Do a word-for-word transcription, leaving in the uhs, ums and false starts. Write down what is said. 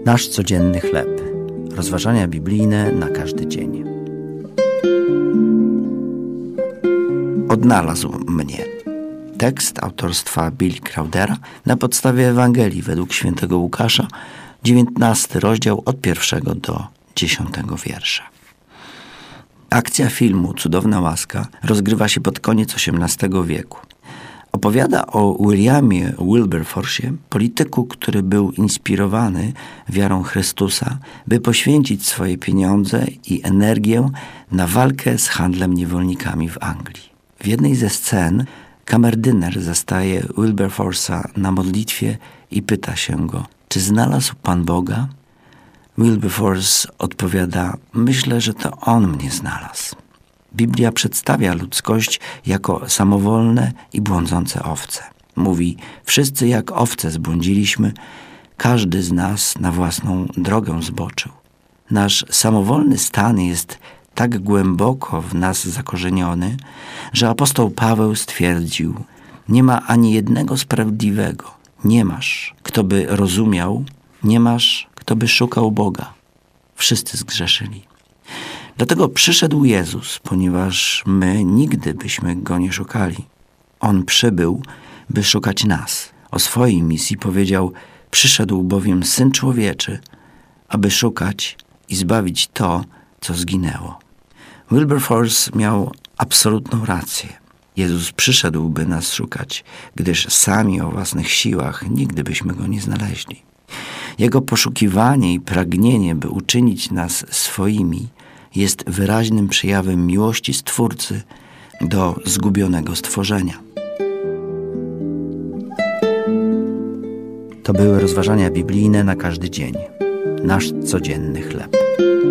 Nasz codzienny chleb. Rozważania biblijne na każdy dzień. Odnalazł mnie. Tekst autorstwa Bill Crowdera na podstawie Ewangelii według świętego Łukasza, dziewiętnasty rozdział od pierwszego do dziesiątego wiersza. Akcja filmu Cudowna łaska rozgrywa się pod koniec osiemnastego wieku. Opowiada o Williamie Wilberforcie, polityku, który był inspirowany wiarą Chrystusa, by poświęcić swoje pieniądze i energię na walkę z handlem niewolnikami w Anglii. W jednej ze scen kamerdyner zastaje Wilberforce'a na modlitwie i pyta się go: czy znalazł Pan Boga? Wilberforce odpowiada: myślę, że to On mnie znalazł. Biblia przedstawia ludzkość jako samowolne i błądzące owce. Mówi: wszyscy jak owce zbłądziliśmy, każdy z nas na własną drogę zboczył. Nasz samowolny stan jest tak głęboko w nas zakorzeniony, że apostoł Paweł stwierdził: nie ma ani jednego sprawiedliwego, nie masz, kto by rozumiał, nie masz, kto by szukał Boga. Wszyscy zgrzeszyli. Dlatego przyszedł Jezus, ponieważ my nigdy byśmy Go nie szukali. On przybył, by szukać nas. O swojej misji powiedział: przyszedł bowiem Syn Człowieczy, aby szukać i zbawić to, co zginęło. Wilberforce miał absolutną rację. Jezus przyszedł, by nas szukać, gdyż sami o własnych siłach nigdy byśmy Go nie znaleźli. Jego poszukiwanie i pragnienie, by uczynić nas swoimi, jest wyraźnym przejawem miłości Stwórcy do zgubionego stworzenia. To były rozważania biblijne na każdy dzień. Nasz codzienny chleb.